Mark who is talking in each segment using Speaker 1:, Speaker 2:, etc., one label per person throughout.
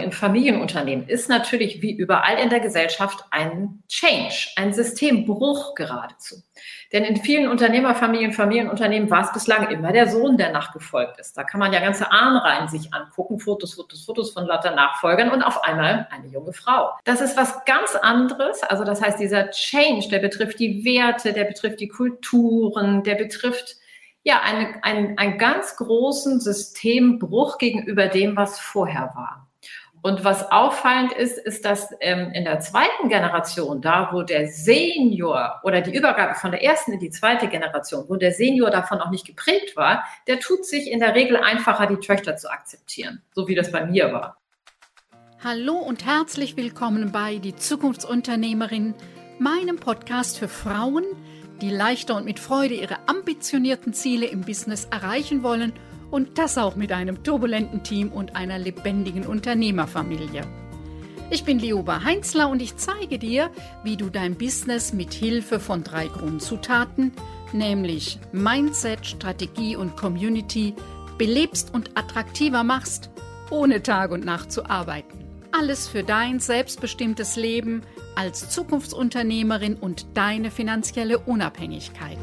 Speaker 1: in Familienunternehmen ist natürlich wie überall in der Gesellschaft ein Change, ein Systembruch geradezu. Denn in vielen Unternehmerfamilien, Familienunternehmen war es bislang immer der Sohn, der nachgefolgt ist. Da kann man ja ganze Ahnenreihen sich angucken, Fotos von lauter Nachfolgern und auf einmal eine junge Frau. Das ist was ganz anderes. Also das heißt, dieser Change, der betrifft die Werte, der betrifft die Kulturen, der betrifft einen ganz großen Systembruch gegenüber dem, was vorher war. Und was auffallend ist, dass in der zweiten Generation, da wo der Senior oder die Übergabe von der ersten in die zweite Generation, wo der Senior davon auch nicht geprägt war, der tut sich in der Regel einfacher, die Töchter zu akzeptieren, so wie das bei mir war.
Speaker 2: Hallo und herzlich willkommen bei Die Zukunftsunternehmerin, meinem Podcast für Frauen, die leichter und mit Freude ihre ambitionierten Ziele im Business erreichen wollen und das auch mit einem turbulenten Team und einer lebendigen Unternehmerfamilie. Ich bin Lioba Heinzler und ich zeige dir, wie du dein Business mit Hilfe von 3 Grundzutaten, nämlich Mindset, Strategie und Community, belebst und attraktiver machst, ohne Tag und Nacht zu arbeiten. Alles für dein selbstbestimmtes Leben als Zukunftsunternehmerin und deine finanzielle Unabhängigkeit.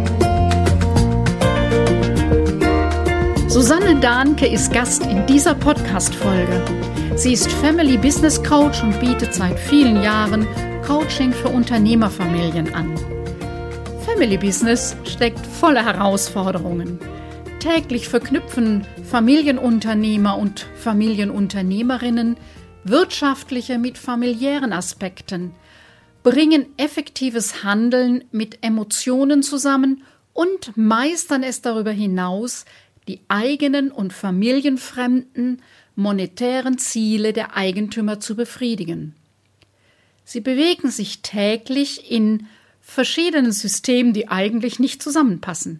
Speaker 2: Susanne Dahnke ist Gast in dieser Podcast-Folge. Sie ist Family Business Coach und bietet seit vielen Jahren Coaching für Unternehmerfamilien an. Family Business steckt voller Herausforderungen. Täglich verknüpfen Familienunternehmer und Familienunternehmerinnen wirtschaftliche mit familiären Aspekten, bringen effektives Handeln mit Emotionen zusammen und meistern es darüber hinaus, die eigenen und familienfremden monetären Ziele der Eigentümer zu befriedigen. Sie bewegen sich täglich in verschiedenen Systemen, die eigentlich nicht zusammenpassen.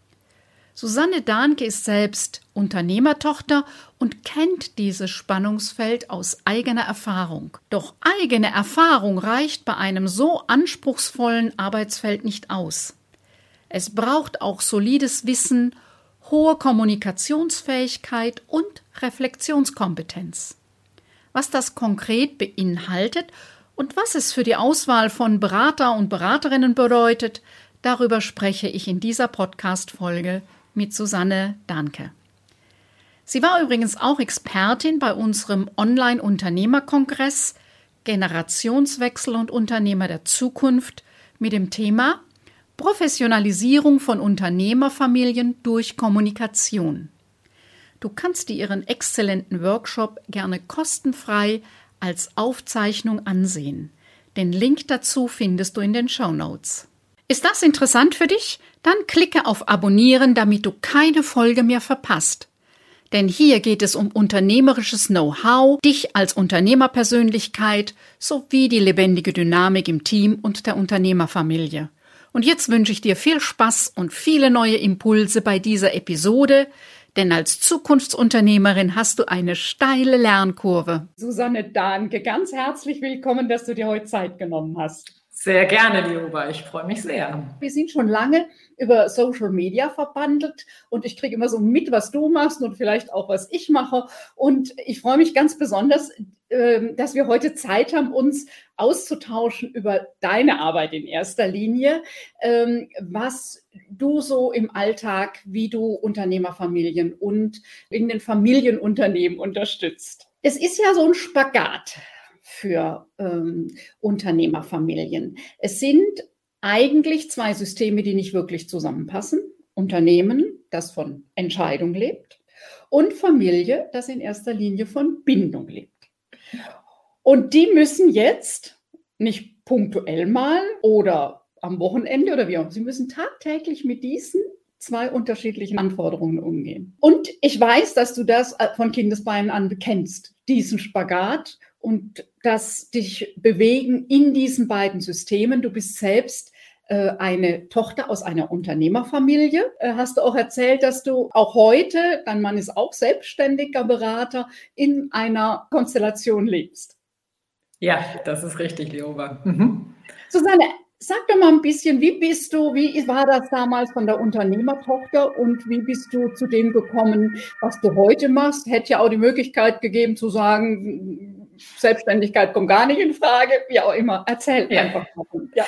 Speaker 2: Susanne Dahnke ist selbst Unternehmertochter und kennt dieses Spannungsfeld aus eigener Erfahrung. Doch eigene Erfahrung reicht bei einem so anspruchsvollen Arbeitsfeld nicht aus. Es braucht auch solides Wissen, hohe Kommunikationsfähigkeit und Reflexionskompetenz. Was das konkret beinhaltet und was es für die Auswahl von Berater und Beraterinnen bedeutet, darüber spreche ich in dieser Podcast-Folge mit Susanne Dahnke. Sie war übrigens auch Expertin bei unserem Online-Unternehmerkongress Generationswechsel und Unternehmer der Zukunft mit dem Thema Professionalisierung von Unternehmerfamilien durch Kommunikation. Du kannst dir ihren exzellenten Workshop gerne kostenfrei als Aufzeichnung ansehen. Den Link dazu findest du in den Shownotes. Ist das interessant für dich? Dann klicke auf Abonnieren, damit du keine Folge mehr verpasst. Denn hier geht es um unternehmerisches Know-how, dich als Unternehmerpersönlichkeit sowie die lebendige Dynamik im Team und der Unternehmerfamilie. Und jetzt wünsche ich dir viel Spaß und viele neue Impulse bei dieser Episode, denn als Zukunftsunternehmerin hast du eine steile Lernkurve. Susanne Dahnke, ganz herzlich willkommen, dass du dir heute Zeit genommen hast.
Speaker 1: Sehr gerne, Lioba. Ich freue mich sehr.
Speaker 2: Wir sind schon lange über Social Media verbandelt und ich kriege immer so mit, was du machst und vielleicht auch, was ich mache. Und ich freue mich ganz besonders, dass wir heute Zeit haben, uns auszutauschen über deine Arbeit in erster Linie, was du so im Alltag, wie du Unternehmerfamilien und in den Familienunternehmen unterstützt. Es ist ja so ein Spagat für Unternehmerfamilien. Es sind eigentlich 2 Systeme, die nicht wirklich zusammenpassen. Unternehmen, das von Entscheidung lebt, und Familie, das in erster Linie von Bindung lebt. Und die müssen jetzt nicht punktuell mal oder am Wochenende oder wie auch, sie müssen tagtäglich mit diesen 2 unterschiedlichen Anforderungen umgehen. Und ich weiß, dass du das von Kindesbeinen an kennst, diesen Spagat und das dich bewegen in diesen beiden Systemen. Du bist selbst eine Tochter aus einer Unternehmerfamilie. Hast du auch erzählt, dass du auch heute, dein Mann ist auch selbstständiger Berater, in einer Konstellation lebst.
Speaker 1: Ja, das ist richtig, Lioba.
Speaker 2: Susanne, Sag doch mal ein bisschen, wie war das damals von der Unternehmertochter und wie bist du zu dem gekommen, was du heute machst? Hätte ja auch die Möglichkeit gegeben zu sagen, Selbstständigkeit kommt gar nicht in Frage, wie auch immer. Erzähl einfach mal.
Speaker 1: Ja.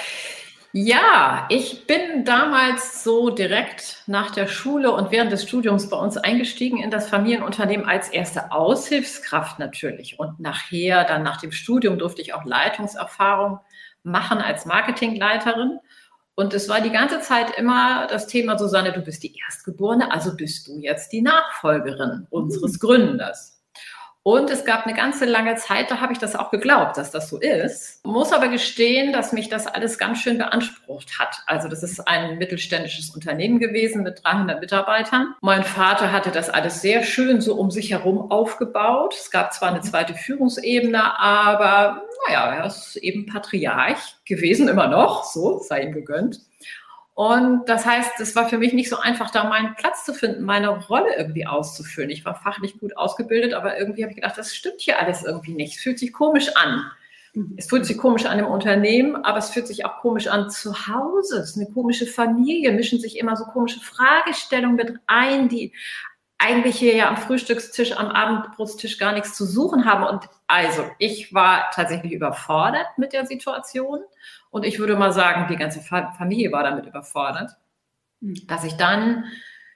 Speaker 1: Ja, ich bin damals so direkt nach der Schule und während des Studiums bei uns eingestiegen in das Familienunternehmen als erste Aushilfskraft natürlich. Und nachher, dann nach dem Studium, durfte ich auch Leitungserfahrung machen als Marketingleiterin. Und es war die ganze Zeit immer das Thema, Susanne, du bist die Erstgeborene, also bist du jetzt die Nachfolgerin unseres Gründers. Und es gab eine ganze lange Zeit, da habe ich das auch geglaubt, dass das so ist. Muss aber gestehen, dass mich das alles ganz schön beansprucht hat. Also das ist ein mittelständisches Unternehmen gewesen mit 300 Mitarbeitern. Mein Vater hatte das alles sehr schön so um sich herum aufgebaut. Es gab zwar eine zweite Führungsebene, aber naja, er ist eben Patriarch gewesen, immer noch, so sei ihm gegönnt. Und das heißt, es war für mich nicht so einfach, da meinen Platz zu finden, meine Rolle irgendwie auszufüllen. Ich war fachlich gut ausgebildet, aber irgendwie habe ich gedacht, das stimmt hier alles irgendwie nicht. Es fühlt sich komisch an. Es fühlt sich komisch an im Unternehmen, aber es fühlt sich auch komisch an zu Hause. Es ist eine komische Familie, mischen sich immer so komische Fragestellungen mit ein, die eigentlich hier ja am Frühstückstisch, am Abendbrotstisch gar nichts zu suchen haben. Und also, ich war tatsächlich überfordert mit der Situation. Und ich würde mal sagen, die ganze Familie war damit überfordert, dass ich dann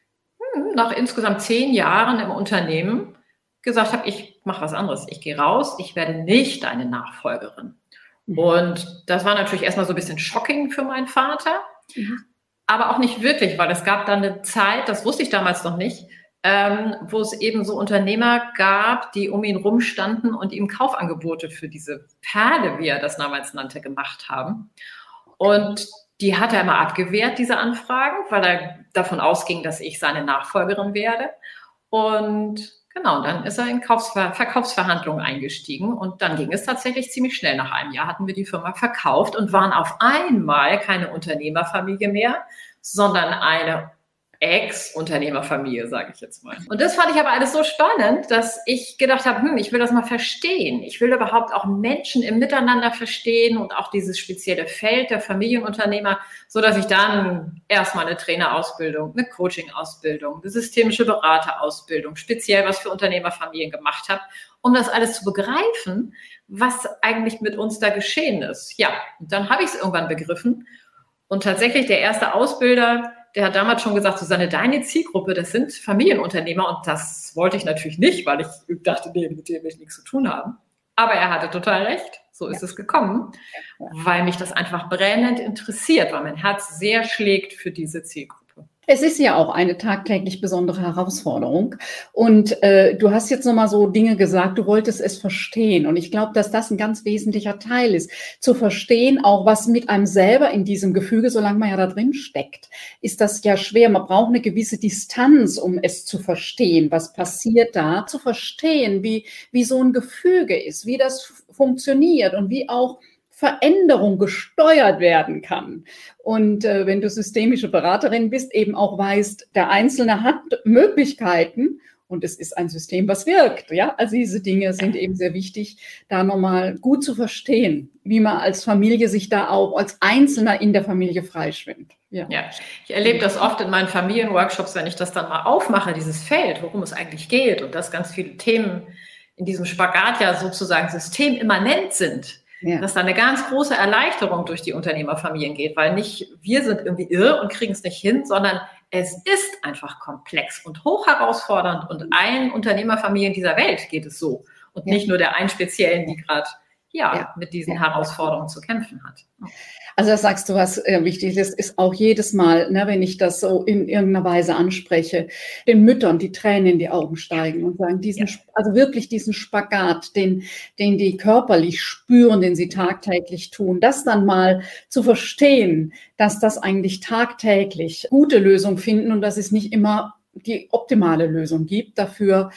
Speaker 1: nach insgesamt 10 Jahren im Unternehmen gesagt habe, ich mache was anderes. Ich gehe raus, ich werde nicht eine Nachfolgerin. Und das war natürlich erstmal so ein bisschen shocking für meinen Vater, aber auch nicht wirklich, weil es gab dann eine Zeit, das wusste ich damals noch nicht, wo es eben so Unternehmer gab, die um ihn rumstanden und ihm Kaufangebote für diese Perle, wie er das damals nannte, gemacht haben. Und die hat er immer abgewehrt, diese Anfragen, weil er davon ausging, dass ich seine Nachfolgerin werde. Und genau, dann ist er in Verkaufsverhandlungen eingestiegen und dann ging es tatsächlich ziemlich schnell. Nach einem Jahr hatten wir die Firma verkauft und waren auf einmal keine Unternehmerfamilie mehr, sondern eine Ex-Unternehmerfamilie, sage ich jetzt mal. Und das fand ich aber alles so spannend, dass ich gedacht habe, ich will das mal verstehen. Ich will überhaupt auch Menschen im Miteinander verstehen und auch dieses spezielle Feld der Familienunternehmer, so dass ich dann erstmal eine Trainerausbildung, eine Coaching-Ausbildung, eine systemische Beraterausbildung, speziell was für Unternehmerfamilien gemacht habe, um das alles zu begreifen, was eigentlich mit uns da geschehen ist. Ja, und dann habe ich es irgendwann begriffen. Und tatsächlich der erste Ausbilder, der hat damals schon gesagt, Susanne, deine Zielgruppe, das sind Familienunternehmer. Und das wollte ich natürlich nicht, weil ich dachte, nee, mit denen will ich nichts zu tun haben. Aber er hatte total recht. So ist es gekommen, weil mich das einfach brennend interessiert, weil mein Herz sehr schlägt für diese Zielgruppe.
Speaker 2: Es ist ja auch eine tagtäglich besondere Herausforderung. Und du hast jetzt nochmal so Dinge gesagt, du wolltest es verstehen. Und ich glaube, dass das ein ganz wesentlicher Teil ist. Zu verstehen, auch was mit einem selber in diesem Gefüge, solange man ja da drin steckt, ist das ja schwer. Man braucht eine gewisse Distanz, um es zu verstehen. Was passiert da? Zu verstehen, wie so ein Gefüge ist, wie das funktioniert und wie auch Veränderung gesteuert werden kann. Und wenn du systemische Beraterin bist, eben auch weißt, der Einzelne hat Möglichkeiten und es ist ein System, was wirkt. Ja, also diese Dinge sind eben sehr wichtig, da nochmal gut zu verstehen, wie man als Familie sich da auch als Einzelner in der Familie freischwimmt. Ja,
Speaker 1: ich erlebe das oft in meinen Familienworkshops, wenn ich das dann mal aufmache, dieses Feld, worum es eigentlich geht und dass ganz viele Themen in diesem Spagat ja sozusagen systemimmanent sind. Ja. Dass da eine ganz große Erleichterung durch die Unternehmerfamilien geht, weil nicht wir sind irgendwie irre und kriegen es nicht hin, sondern es ist einfach komplex und hoch herausfordernd und allen Unternehmerfamilien dieser Welt geht es so und nicht nur der einen speziellen, die gerade mit diesen Herausforderungen zu kämpfen hat.
Speaker 2: Also das sagst du, was wichtig ist auch jedes Mal, ne, wenn ich das so in irgendeiner Weise anspreche, den Müttern die Tränen in die Augen steigen und sagen, also wirklich diesen Spagat, den die körperlich spüren, den sie tagtäglich tun, das dann mal zu verstehen, dass das eigentlich tagtäglich gute Lösungen finden und dass es nicht immer die optimale Lösung gibt. Dafür,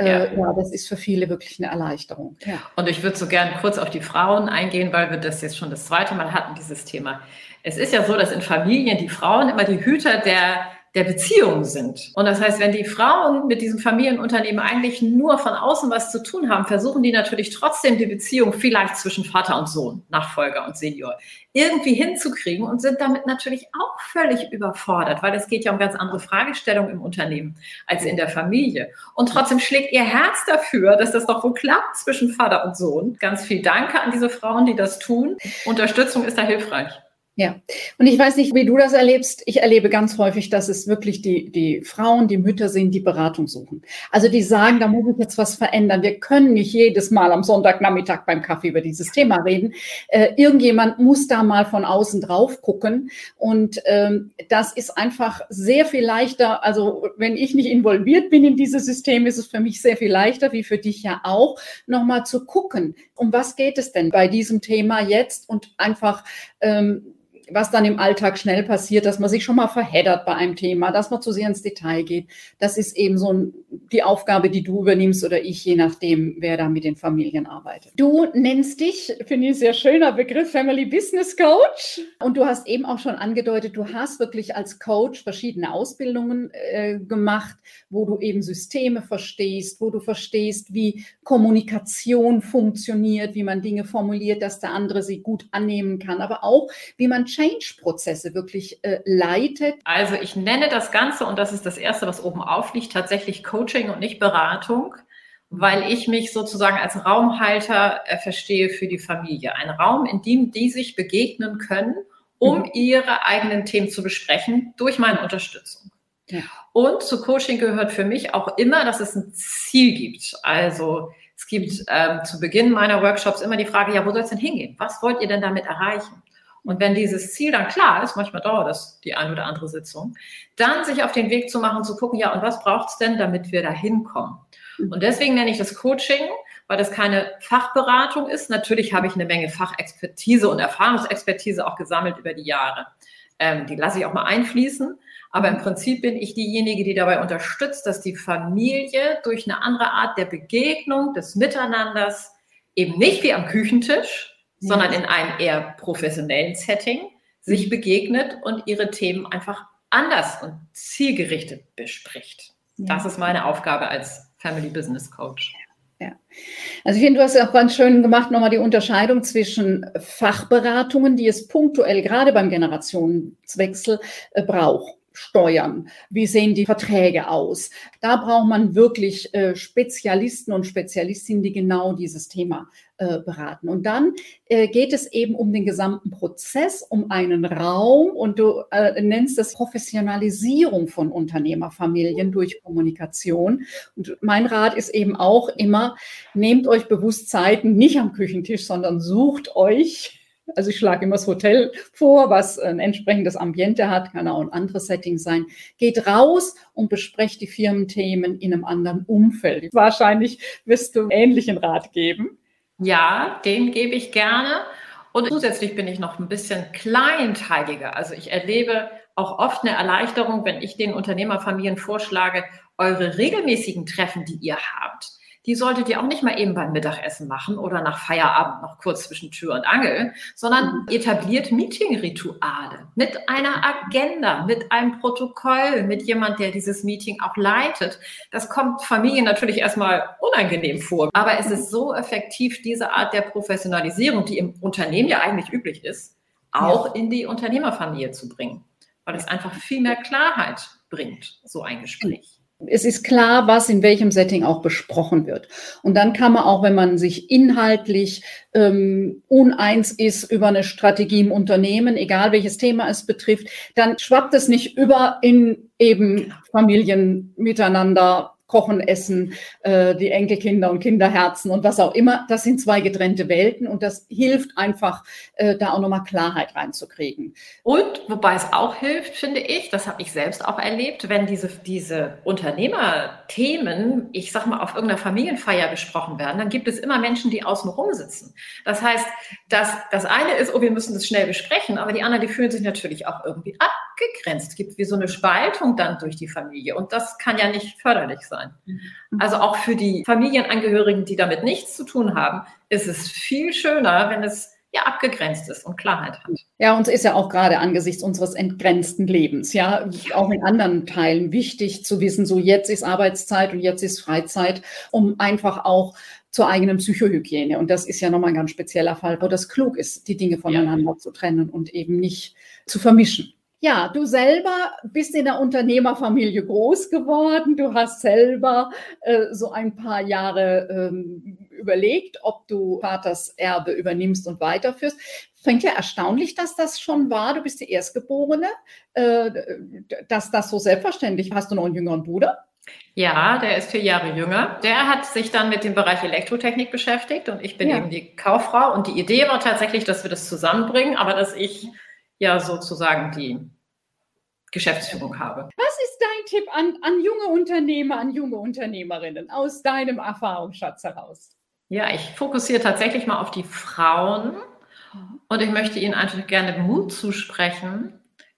Speaker 2: das ist für viele wirklich eine Erleichterung. Ja.
Speaker 1: Und ich würde so gerne kurz auf die Frauen eingehen, weil wir das jetzt schon das zweite Mal hatten, dieses Thema. Es ist ja so, dass in Familien die Frauen immer die Hüter der Beziehungen sind. Und das heißt, wenn die Frauen mit diesem Familienunternehmen eigentlich nur von außen was zu tun haben, versuchen die natürlich trotzdem die Beziehung vielleicht zwischen Vater und Sohn, Nachfolger und Senior, irgendwie hinzukriegen und sind damit natürlich auch völlig überfordert, weil es geht ja um ganz andere Fragestellungen im Unternehmen als in der Familie. Und trotzdem schlägt ihr Herz dafür, dass das doch wohl klappt zwischen Vater und Sohn. Ganz viel Danke an diese Frauen, die das tun. Unterstützung ist da hilfreich.
Speaker 2: Ja, und ich weiß nicht, wie du das erlebst. Ich erlebe ganz häufig, dass es wirklich die Frauen, die Mütter sind, die Beratung suchen. Also die sagen, da muss ich jetzt was verändern. Wir können nicht jedes Mal am Sonntagnachmittag beim Kaffee über dieses Thema reden. Irgendjemand muss da mal von außen drauf gucken. Und das ist einfach sehr viel leichter. Also wenn ich nicht involviert bin in dieses System, ist es für mich sehr viel leichter, wie für dich ja auch, nochmal zu gucken, um was geht es denn bei diesem Thema jetzt und einfach was dann im Alltag schnell passiert, dass man sich schon mal verheddert bei einem Thema, dass man zu sehr ins Detail geht. Das ist eben so die Aufgabe, die du übernimmst oder ich, je nachdem, wer da mit den Familien arbeitet. Du nennst dich, finde ich ein sehr schöner Begriff, Family Business Coach. Und du hast eben auch schon angedeutet, du hast wirklich als Coach verschiedene Ausbildungen gemacht, wo du eben Systeme verstehst, wo du verstehst, wie Kommunikation funktioniert, wie man Dinge formuliert, dass der andere sie gut annehmen kann, aber auch, wie man Change-Prozesse wirklich leitet.
Speaker 1: Also ich nenne das Ganze, und das ist das Erste, was oben aufliegt, tatsächlich Coaching und nicht Beratung, weil ich mich sozusagen als Raumhalter verstehe für die Familie. Ein Raum, in dem die sich begegnen können, um ihre eigenen Themen zu besprechen, durch meine Unterstützung. Ja. Und zu Coaching gehört für mich auch immer, dass es ein Ziel gibt. Also es gibt zu Beginn meiner Workshops immer die Frage, ja, wo soll es denn hingehen? Was wollt ihr denn damit erreichen? Und wenn dieses Ziel dann klar ist, manchmal dauert das die eine oder andere Sitzung, dann sich auf den Weg zu machen, zu gucken, ja, und was braucht es denn, damit wir da hinkommen? Und deswegen nenne ich das Coaching, weil das keine Fachberatung ist. Natürlich habe ich eine Menge Fachexpertise und Erfahrungsexpertise auch gesammelt über die Jahre. Die lasse ich auch mal einfließen. Aber im Prinzip bin ich diejenige, die dabei unterstützt, dass die Familie durch eine andere Art der Begegnung, des Miteinanders, eben nicht wie am Küchentisch, sondern in einem eher professionellen Setting sich begegnet und ihre Themen einfach anders und zielgerichtet bespricht. Ja. Das ist meine Aufgabe als Family Business Coach.
Speaker 2: Ja. Also ich finde, du hast ja auch ganz schön gemacht, nochmal die Unterscheidung zwischen Fachberatungen, die es punktuell gerade beim Generationswechsel braucht. Steuern, wie sehen die Verträge aus? Da braucht man wirklich Spezialisten und Spezialistinnen, die genau dieses Thema beraten. Und dann geht es eben um den gesamten Prozess, um einen Raum, und du nennst das Professionalisierung von Unternehmerfamilien durch Kommunikation. Und mein Rat ist eben auch immer, nehmt euch bewusst Zeiten, nicht am Küchentisch, sondern sucht euch. Also ich schlage immer das Hotel vor, was ein entsprechendes Ambiente hat, kann auch ein anderes Setting sein. Geht raus und besprecht die Firmenthemen in einem anderen Umfeld. Wahrscheinlich wirst du ähnlichen Rat geben.
Speaker 1: Ja, den gebe ich gerne. Und zusätzlich bin ich noch ein bisschen kleinteiliger. Also ich erlebe auch oft eine Erleichterung, wenn ich den Unternehmerfamilien vorschlage, eure regelmäßigen Treffen, die ihr habt, die solltet ihr auch nicht mal eben beim Mittagessen machen oder nach Feierabend noch kurz zwischen Tür und Angel, sondern etabliert Meeting-Rituale mit einer Agenda, mit einem Protokoll, mit jemand, der dieses Meeting auch leitet. Das kommt Familien natürlich erstmal unangenehm vor, aber es ist so effektiv, diese Art der Professionalisierung, die im Unternehmen ja eigentlich üblich ist, auch in die Unternehmerfamilie zu bringen, weil es einfach viel mehr Klarheit bringt, so ein Gespräch.
Speaker 2: Es ist klar, was in welchem Setting auch besprochen wird. Und dann kann man auch, wenn man sich inhaltlich uneins ist über eine Strategie im Unternehmen, egal welches Thema es betrifft, dann schwappt es nicht über in eben Familien miteinander, Kochen, Essen, die Enkelkinder und Kinderherzen und was auch immer. Das sind zwei getrennte Welten und das hilft einfach, da auch nochmal Klarheit reinzukriegen.
Speaker 1: Und wobei es auch hilft, finde ich, das habe ich selbst auch erlebt, wenn diese Unternehmerthemen, ich sag mal, auf irgendeiner Familienfeier besprochen werden, dann gibt es immer Menschen, die außen rum sitzen. Das heißt, das eine ist, oh, wir müssen das schnell besprechen, aber die anderen, die fühlen sich natürlich auch irgendwie abgegrenzt. Es gibt wie so eine Spaltung dann durch die Familie und das kann ja nicht förderlich sein. Also auch für die Familienangehörigen, die damit nichts zu tun haben, ist es viel schöner, wenn es ja abgegrenzt ist und Klarheit hat.
Speaker 2: Ja, uns ist ja auch gerade angesichts unseres entgrenzten Lebens, ja, auch in anderen Teilen wichtig zu wissen, so jetzt ist Arbeitszeit und jetzt ist Freizeit, um einfach auch zur eigenen Psychohygiene. Und das ist ja nochmal ein ganz spezieller Fall, wo das klug ist, die Dinge voneinander zu trennen und eben nicht zu vermischen. Ja, du selber bist in der Unternehmerfamilie groß geworden. Du hast selber so ein paar Jahre überlegt, ob du Vaters Erbe übernimmst und weiterführst. Fängt ja erstaunlich, dass das schon war. Du bist die Erstgeborene, dass das so selbstverständlich war. Hast du noch einen jüngeren Bruder?
Speaker 1: Ja, der ist 4 Jahre jünger. Der hat sich dann mit dem Bereich Elektrotechnik beschäftigt und ich bin eben die Kauffrau. Und die Idee war tatsächlich, dass wir das zusammenbringen, aber dass ich ja sozusagen die Geschäftsführung habe.
Speaker 2: Was ist dein Tipp an junge Unternehmer, an junge Unternehmerinnen aus deinem Erfahrungsschatz heraus?
Speaker 1: Ja, ich fokussiere tatsächlich mal auf die Frauen und ich möchte ihnen einfach gerne Mut zusprechen,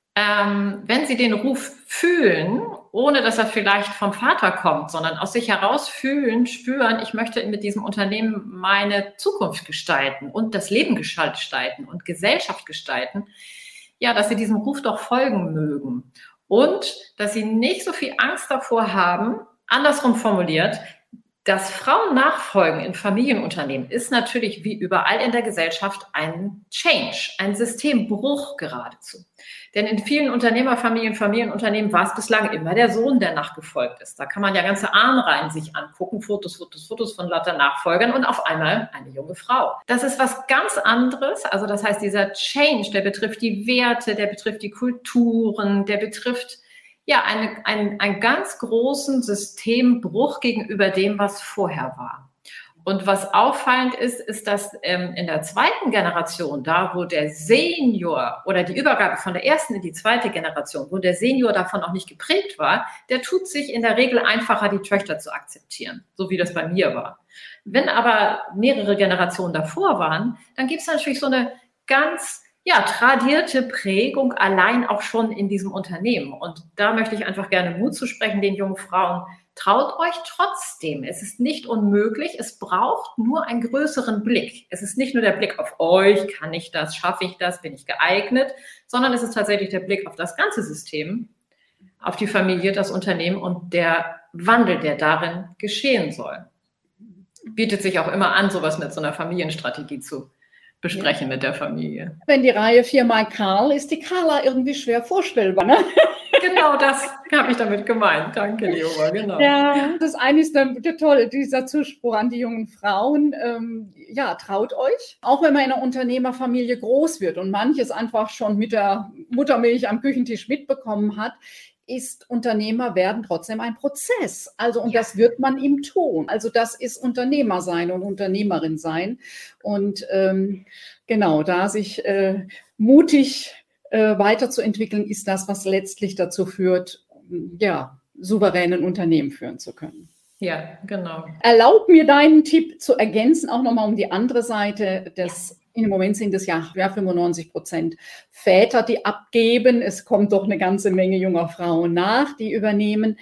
Speaker 1: wenn sie den Ruf fühlen, ohne dass er vielleicht vom Vater kommt, sondern aus sich heraus fühlen, spüren, ich möchte mit diesem Unternehmen meine Zukunft gestalten und das Leben gestalten und Gesellschaft gestalten, ja, dass sie diesem Ruf doch folgen mögen und dass sie nicht so viel Angst davor haben, andersrum formuliert, das Frauennachfolgen in Familienunternehmen ist natürlich wie überall in der Gesellschaft ein Change, ein Systembruch geradezu. Denn in vielen Unternehmerfamilien, Familienunternehmen war es bislang immer der Sohn, der nachgefolgt ist. Da kann man ja ganze Ahnenreihen sich angucken, Fotos von lauter Nachfolgern und auf einmal eine junge Frau. Das ist was ganz anderes. Also das heißt, dieser Change, der betrifft die Werte, der betrifft die Kulturen, der betrifft ja einen ganz großen Systembruch gegenüber dem, was vorher war. Und was auffallend ist, dass in der zweiten Generation, da wo der Senior oder die Übergabe von der ersten in die zweite Generation, wo der Senior davon auch nicht geprägt war, der tut sich in der Regel einfacher, die Töchter zu akzeptieren, so wie das bei mir war. Wenn aber mehrere Generationen davor waren, dann gibt es natürlich so eine ganz tradierte Prägung allein auch schon in diesem Unternehmen. Und da möchte ich einfach gerne Mut zusprechen den jungen Frauen. Traut euch trotzdem. Es ist nicht unmöglich. Es braucht nur einen größeren Blick. Es ist nicht nur der Blick auf euch. Kann ich das? Schaffe ich das? Bin ich geeignet? Sondern es ist tatsächlich der Blick auf das ganze System, auf die Familie, das Unternehmen und der Wandel, der darin geschehen soll. Bietet sich auch immer an, sowas mit so einer Familienstrategie zu besprechen mit der Familie.
Speaker 2: Wenn die Reihe 4x Karl ist, die Carla irgendwie schwer vorstellbar, ne?
Speaker 1: Genau, das habe ich damit gemeint. Danke, Leoma, genau.
Speaker 2: Ja, das eine ist dann toll, dieser Zuspruch an die jungen Frauen. Traut euch. Auch wenn man in einer Unternehmerfamilie groß wird und manches einfach schon mit der Muttermilch am Küchentisch mitbekommen hat, ist Unternehmer werden trotzdem ein Prozess. Also, und das wird man ihm tun. Also, das ist Unternehmer sein und Unternehmerin sein. Und da sich mutig weiterzuentwickeln, ist das, was letztlich dazu führt, souveränen Unternehmen führen zu können.
Speaker 1: Ja, genau.
Speaker 2: Erlaub mir, deinen Tipp zu ergänzen, auch nochmal um die andere Seite des. Im Moment sind es ja 95% Väter, die abgeben. Es kommt doch eine ganze Menge junger Frauen nach, die übernehmen.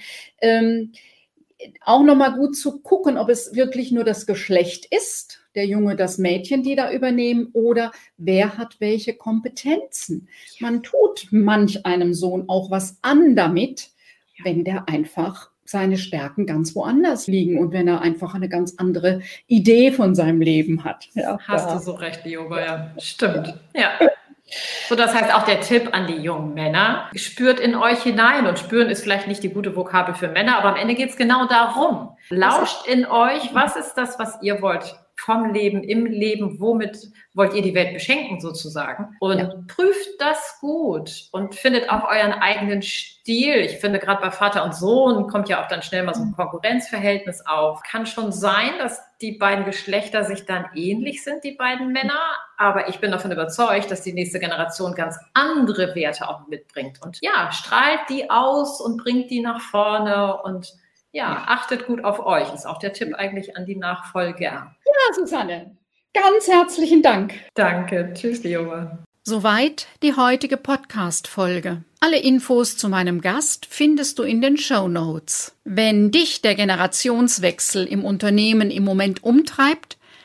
Speaker 2: Auch nochmal gut zu gucken, ob es wirklich nur das Geschlecht ist, der Junge, das Mädchen, die da übernehmen, oder wer hat welche Kompetenzen. Man tut manch einem Sohn auch was an damit, wenn der einfach seine Stärken ganz woanders liegen und wenn er einfach eine ganz andere Idee von seinem Leben hat. Ja,
Speaker 1: hast du so recht, Leoma, ja, stimmt. Ja. So, das heißt auch der Tipp an die jungen Männer, spürt in euch hinein, und spüren ist vielleicht nicht die gute Vokabel für Männer, aber am Ende geht es genau darum. Lauscht in euch, was ist das, was ihr wollt vom Leben, im Leben, womit wollt ihr die Welt beschenken sozusagen, und prüft das gut und findet auch euren eigenen Stil. Ich finde, gerade bei Vater und Sohn kommt ja auch dann schnell mal so ein Konkurrenzverhältnis auf. Kann schon sein, dass die beiden Geschlechter sich dann ähnlich sind, die beiden Männer, aber ich bin davon überzeugt, dass die nächste Generation ganz andere Werte auch mitbringt und strahlt die aus und bringt die nach vorne und achtet gut auf euch, ist auch der Tipp eigentlich an die Nachfolger.
Speaker 2: Ja, Susanne, ganz herzlichen Dank.
Speaker 1: Danke, tschüss, Leoma.
Speaker 2: Soweit die heutige Podcast-Folge. Alle Infos zu meinem Gast findest du in den Shownotes. Wenn dich der Generationswechsel im Unternehmen im Moment umtreibt,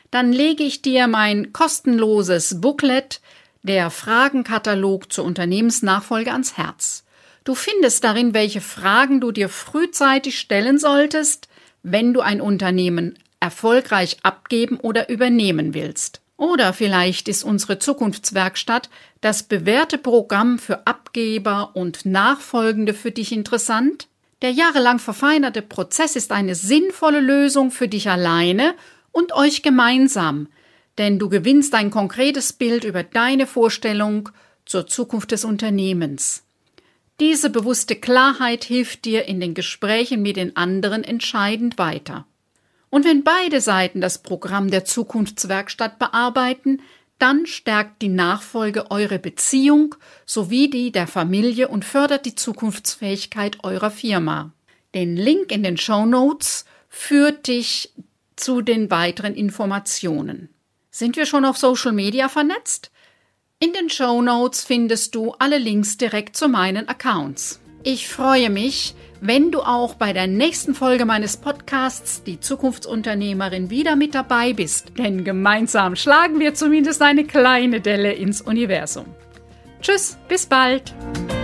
Speaker 2: dann lege ich dir mein kostenloses Booklet, der Fragenkatalog zur Unternehmensnachfolge, ans Herz. Du findest darin, welche Fragen du dir frühzeitig stellen solltest, wenn du ein Unternehmen erfolgreich abgeben oder übernehmen willst. Oder vielleicht ist unsere Zukunftswerkstatt, das bewährte Programm für Abgeber und Nachfolgende, für dich interessant? Der jahrelang verfeinerte Prozess ist eine sinnvolle Lösung für dich alleine und euch gemeinsam, denn du gewinnst ein konkretes Bild über deine Vorstellung zur Zukunft des Unternehmens. Diese bewusste Klarheit hilft dir in den Gesprächen mit den anderen entscheidend weiter. Und wenn beide Seiten das Programm der Zukunftswerkstatt bearbeiten, dann stärkt die Nachfolge eure Beziehung sowie die der Familie und fördert die Zukunftsfähigkeit eurer Firma. Den Link in den Shownotes führt dich zu den weiteren Informationen. Sind wir schon auf Social Media vernetzt? In den Shownotes findest du alle Links direkt zu meinen Accounts. Ich freue mich, wenn du auch bei der nächsten Folge meines Podcasts Die Zukunftsunternehmerin wieder mit dabei bist, denn gemeinsam schlagen wir zumindest eine kleine Delle ins Universum. Tschüss, bis bald!